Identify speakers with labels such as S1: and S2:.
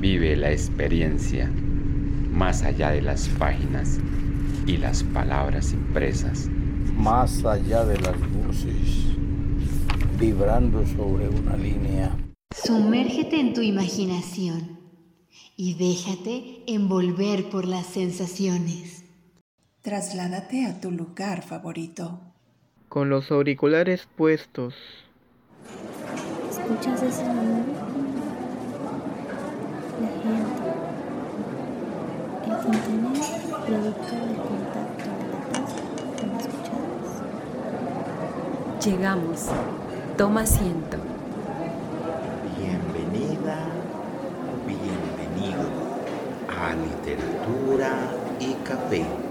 S1: Vive la experiencia más allá de las páginas y las palabras impresas.
S2: Más allá de las voces, vibrando sobre una línea.
S3: Sumérgete en tu imaginación y déjate envolver por las sensaciones.
S4: Trasládate a tu lugar favorito.
S5: Con los auriculares puestos.
S6: ¿Escuchas ese sonido? La gente. El tintineo, producto del contacto de la taza con las cucharas.
S7: Llegamos. Toma asiento.
S8: Bienvenida o bienvenido a Literatura y Café.